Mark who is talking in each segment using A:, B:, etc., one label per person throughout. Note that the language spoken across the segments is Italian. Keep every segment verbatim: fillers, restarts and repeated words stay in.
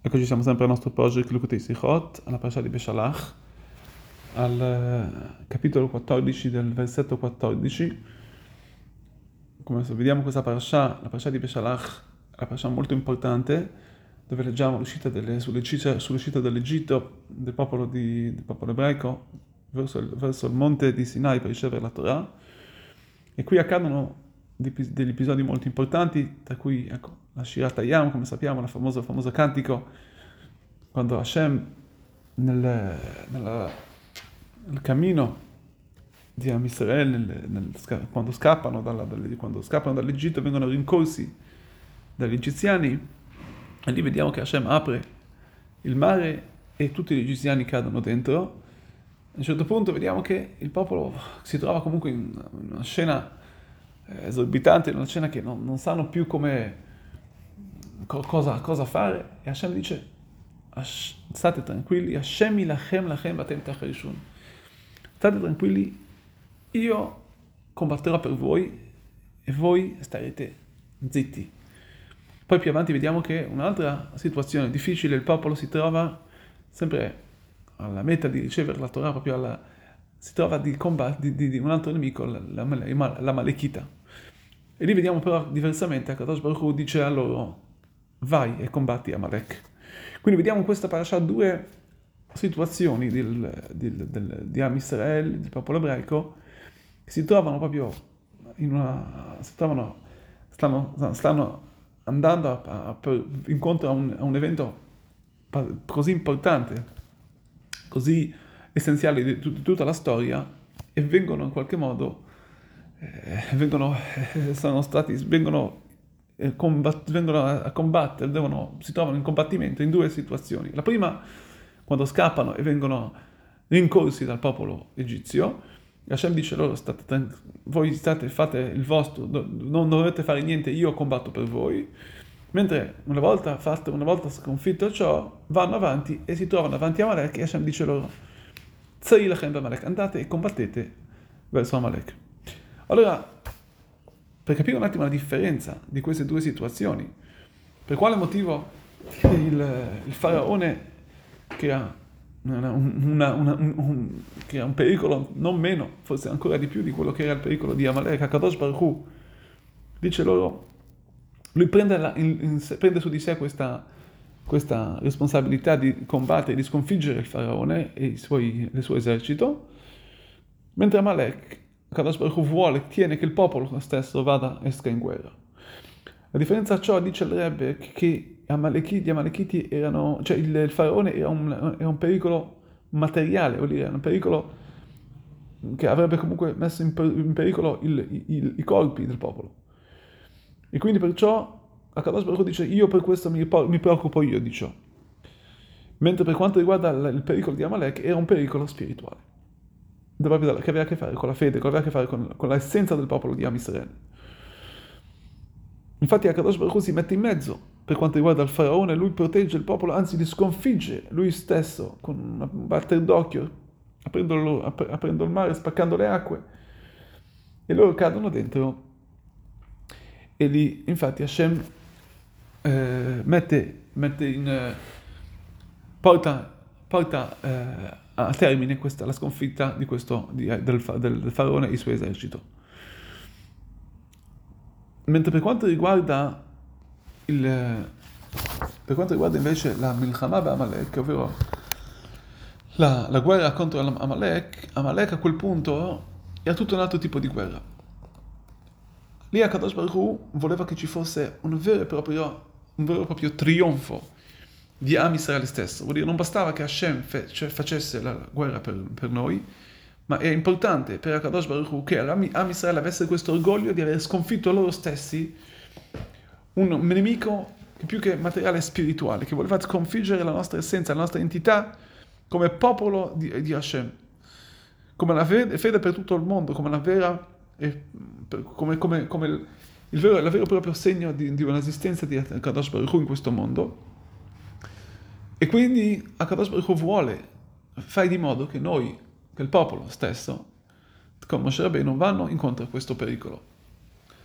A: Eccoci, siamo sempre al nostro project Likutei Sichot, alla parasha di Beshalach, al eh, capitolo quattordici del versetto quattordici. Come se vediamo questa parasha, la parasha di Beshalach è una parasha molto importante, dove leggiamo l'uscita delle, sull'uscita, sull'uscita dall'Egitto del popolo, di, del popolo ebraico verso il, verso il monte di Sinai per ricevere la Torah. E qui accadono degli episodi molto importanti, tra cui ecco, la Shirat Hayam, come sappiamo, la famosa, il famoso cantico, quando Hashem nel, nella, nel cammino di Am Israel, nel, nel, quando, scappano dalla, dalle, quando scappano dall'Egitto, vengono rincorsi dagli egiziani, e lì vediamo che Hashem apre il mare e tutti gli egiziani cadono dentro. A un certo punto vediamo che il popolo si trova comunque in una scena esorbitante, in una scena che non, non sanno più come cosa, cosa fare, e Hashem dice: state tranquilli, Hashem ilachem lachem vatem tacharishun. State tranquilli, io combatterò per voi e voi starete zitti. Poi più avanti vediamo che un'altra situazione difficile, il popolo si trova sempre alla meta di ricevere la Torah, proprio alla, si trova di combattere di, di un altro nemico, la, la, la Malechita. E lì vediamo però diversamente, Akadosh Baruch Hu dice a loro: vai e combatti Amalek. Quindi vediamo in questa parasha due situazioni del, del, del, di Am Israel, del popolo ebraico, che si trovano proprio in una, si trovano, stanno, stanno andando a, a, per, incontro a un, a un evento così importante, così essenziale di, di tutta la storia, e vengono in qualche modo, eh, vengono, eh, sono stati, vengono, eh, combat, vengono a, a combattere, devono, si trovano in combattimento in due situazioni. La prima, quando scappano e vengono rincorsi dal popolo egizio, Hashem dice loro: state, voi state, fate il vostro, non dovete fare niente, io combatto per voi. Mentre una volta fatto, una volta sconfitto ciò, vanno avanti e si trovano davanti a Amalek, e Hashem dice loro: Tzai lachem b'Amalek, andate e combattete verso Amalek. Allora, per capire un attimo la differenza di queste due situazioni, per quale motivo il, il faraone, che ha Una, una, una, un, un, che è un pericolo non meno, forse ancora di più di quello che era il pericolo di Amalek, Akadosh Baruch Hu dice loro, lui prende, la, in, in, prende su di sé questa, questa responsabilità di combattere, di sconfiggere il faraone e i suoi, il suo esercito, mentre Amalek, Akadosh Baruch Hu vuole, tiene che il popolo stesso vada esca in guerra. La differenza a ciò, dice il Rebbe, che Amalekiti, gli Amalekiti erano, cioè il, il faraone era un, era un pericolo materiale, vuol dire, un pericolo che avrebbe comunque messo in, per, in pericolo il, il, i colpi del popolo. E quindi perciò Akadosh Baruch Hu dice: io per questo mi, mi preoccupo io di ciò. Mentre per quanto riguarda il, il pericolo di Amalek, era un pericolo spirituale, che aveva a che fare con la fede, che aveva a che fare con, con l'essenza del popolo di Am Israel. Infatti Akadosh Baruch Hu si mette in mezzo per quanto riguarda il faraone, lui protegge il popolo, anzi li sconfigge lui stesso con un batter d'occhio, aprendo, ap- aprendo il mare, spaccando le acque, e loro cadono dentro. E lì infatti Hashem eh, mette, mette in, eh, porta, porta eh, a termine questa, la sconfitta di questo, di, del, del faraone e il suo esercito. Mentre per quanto riguarda il, per quanto riguarda invece la Milchama b'Amalek, ovvero la, la guerra contro Amalek, Amalek a quel punto era tutto un altro tipo di guerra. Lì Akadosh Baruch Hu voleva che ci fosse un vero e proprio, un vero e proprio trionfo di Am Israele stesso. Vuol dire, non bastava che Hashem fe, cioè, facesse la guerra per, per noi, ma è importante per Akadosh Baruch Hu che Am Israele avesse questo orgoglio di aver sconfitto loro stessi un nemico che più che materiale è spirituale, che voleva sconfiggere la nostra essenza, la nostra entità come popolo di, di Hashem, come la fede, fede per tutto il mondo, come la vera, come, come, come il, il vero, il vero e proprio segno di, di un'esistenza di Akadosh Baruch Hu in questo mondo. E quindi Akadosh Baruch Hu vuole fare di modo che noi, che il popolo stesso, come Moshe Rabbeinu, vanno incontro a questo pericolo.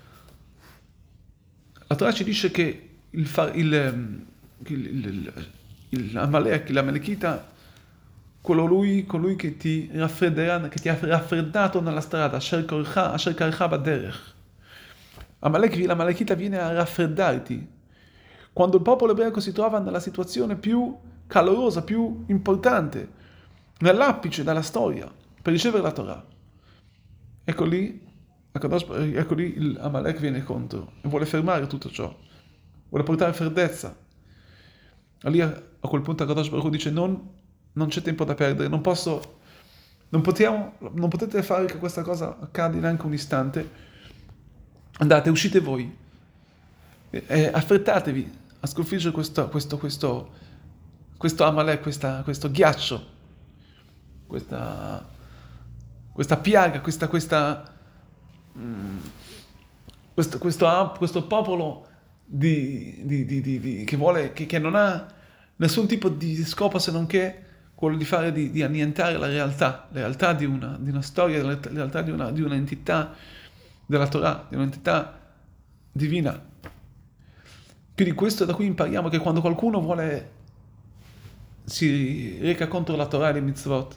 A: La Torah ci dice che il, il, il, il, il Amalek, l'Amalekita, quello lui, colui che ti raffredderà, che ti ha raffreddato nella strada, Asher Korcha, Asher Karcha Baderech. Amalek, l'Amalekita viene a raffreddarti. Quando il popolo ebraico si trova nella situazione più calorosa, più importante, nell'apice della storia, per ricevere la Torah. Ecco lì, ecco lì il Amalek viene contro e vuole fermare tutto ciò, vuole portare freddezza. E lì a quel punto Akadosh Baruch Hu dice non, non c'è tempo da perdere, non posso, non possiamo, non potete fare che questa cosa accada neanche un istante. Andate, uscite voi, e affrettatevi a sconfiggere questo, questo, questo, questo Amalek, questa, questo ghiaccio, questa, questa piaga, questa, questa, mm, questo, questo, questo popolo di, di, di, di, di, che, vuole, che, che non ha nessun tipo di scopo se non che quello di fare, di, di annientare la realtà, la realtà di una, di una storia, la realtà di, una, di un'entità della Torah, di un'entità divina. Quindi questo da cui impariamo che quando qualcuno vuole, si reca contro la Torah e le mitzvot,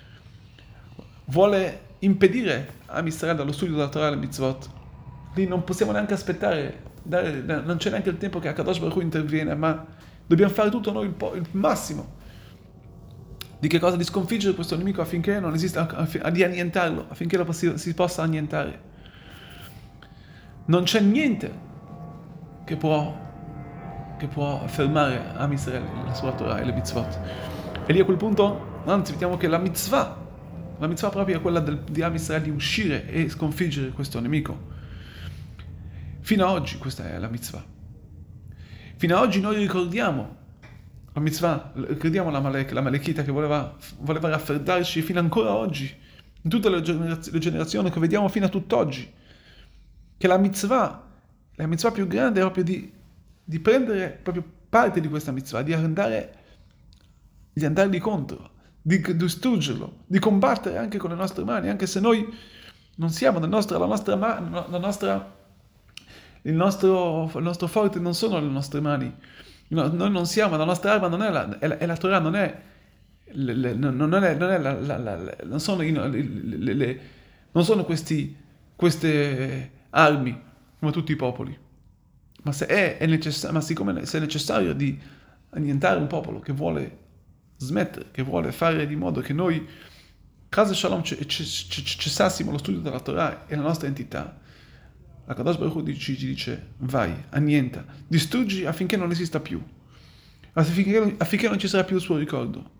A: vuole impedire a Israele dallo studio della Torah e le mitzvot, lì non possiamo neanche aspettare, dare, non c'è neanche il tempo che Akadosh Baruch Hu interviene, ma dobbiamo fare tutto noi il, po- il massimo di che cosa? Di sconfiggere questo nemico affinché non esista, aff- di annientarlo, affinché lo possi- si possa annientare. Non c'è niente che può che può fermare Am Israele, la sua Torah e le mitzvot. E lì a quel punto, anzi, vediamo che la mitzvah, la mitzvah proprio è quella del, di Am Israele di uscire e sconfiggere questo nemico. Fino ad oggi questa è la mitzvah. Fino ad oggi noi ricordiamo la mitzvah, ricordiamo la Malek, la Malekita che voleva, voleva raffreddarci fino ancora oggi, in tutte le, generaz- le generazioni che vediamo fino a tutt'oggi, che la mitzvah, la mitzvah più grande è proprio di di prendere proprio parte di questa mitzvah, di andare, di andargli contro, di distruggerlo, di combattere anche con le nostre mani, anche se noi non siamo, nel nostro, la nostra mano, la nostra, il, nostro, il nostro forte non sono le nostre mani, no, noi non siamo, la nostra arma non è la, è la, è la Torah, non è, le, le, non è, non è la, la, la, la, non sono, le, le, le, non sono questi, queste armi come tutti i popoli. Ma se è, è necessario, ma siccome se è necessario di annientare un popolo che vuole smettere, che vuole fare di modo che noi, caso Shalom, cessassimo lo studio della Torah e la nostra entità, la Kadosh Baruch Hu ci dice, vai, annienta, distruggi affinché non esista più, affinché, affinché non ci sarà più il suo ricordo.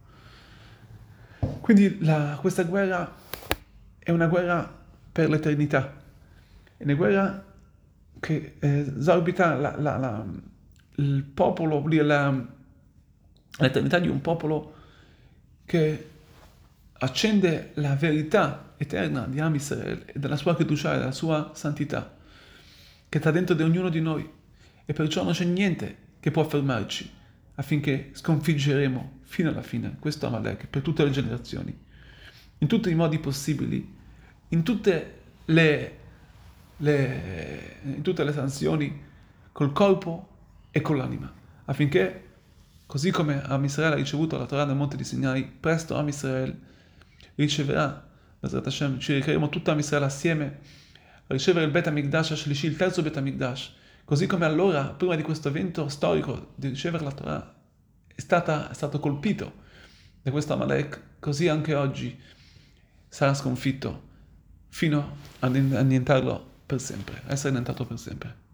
A: Quindi la, questa guerra è una guerra per l'eternità, è una guerra che esorbita la, la, la, il popolo, la, l'eternità di un popolo che accende la verità eterna di Am Israele e della sua Kedushah e della sua santità che sta dentro di ognuno di noi, e perciò non c'è niente che può fermarci affinché sconfiggeremo fino alla fine questo Amalek per tutte le generazioni, in tutti i modi possibili, in tutte le Le, in tutte le sanzioni col corpo e con l'anima, affinché, così come Am Israele ha ricevuto la Torah nel monte di Sinai, presto Am Israele riceverà, Bezrat Hashem, ci recheremo tutta Am Israele assieme a ricevere il Bet HaMikdash Ashlishi, il terzo Bet HaMikdash, così come allora, prima di questo evento storico di ricevere la Torah, è, stata, è stato colpito da questo Amalek, così anche oggi sarà sconfitto fino ad annientarlo per sempre, essere annientato per sempre.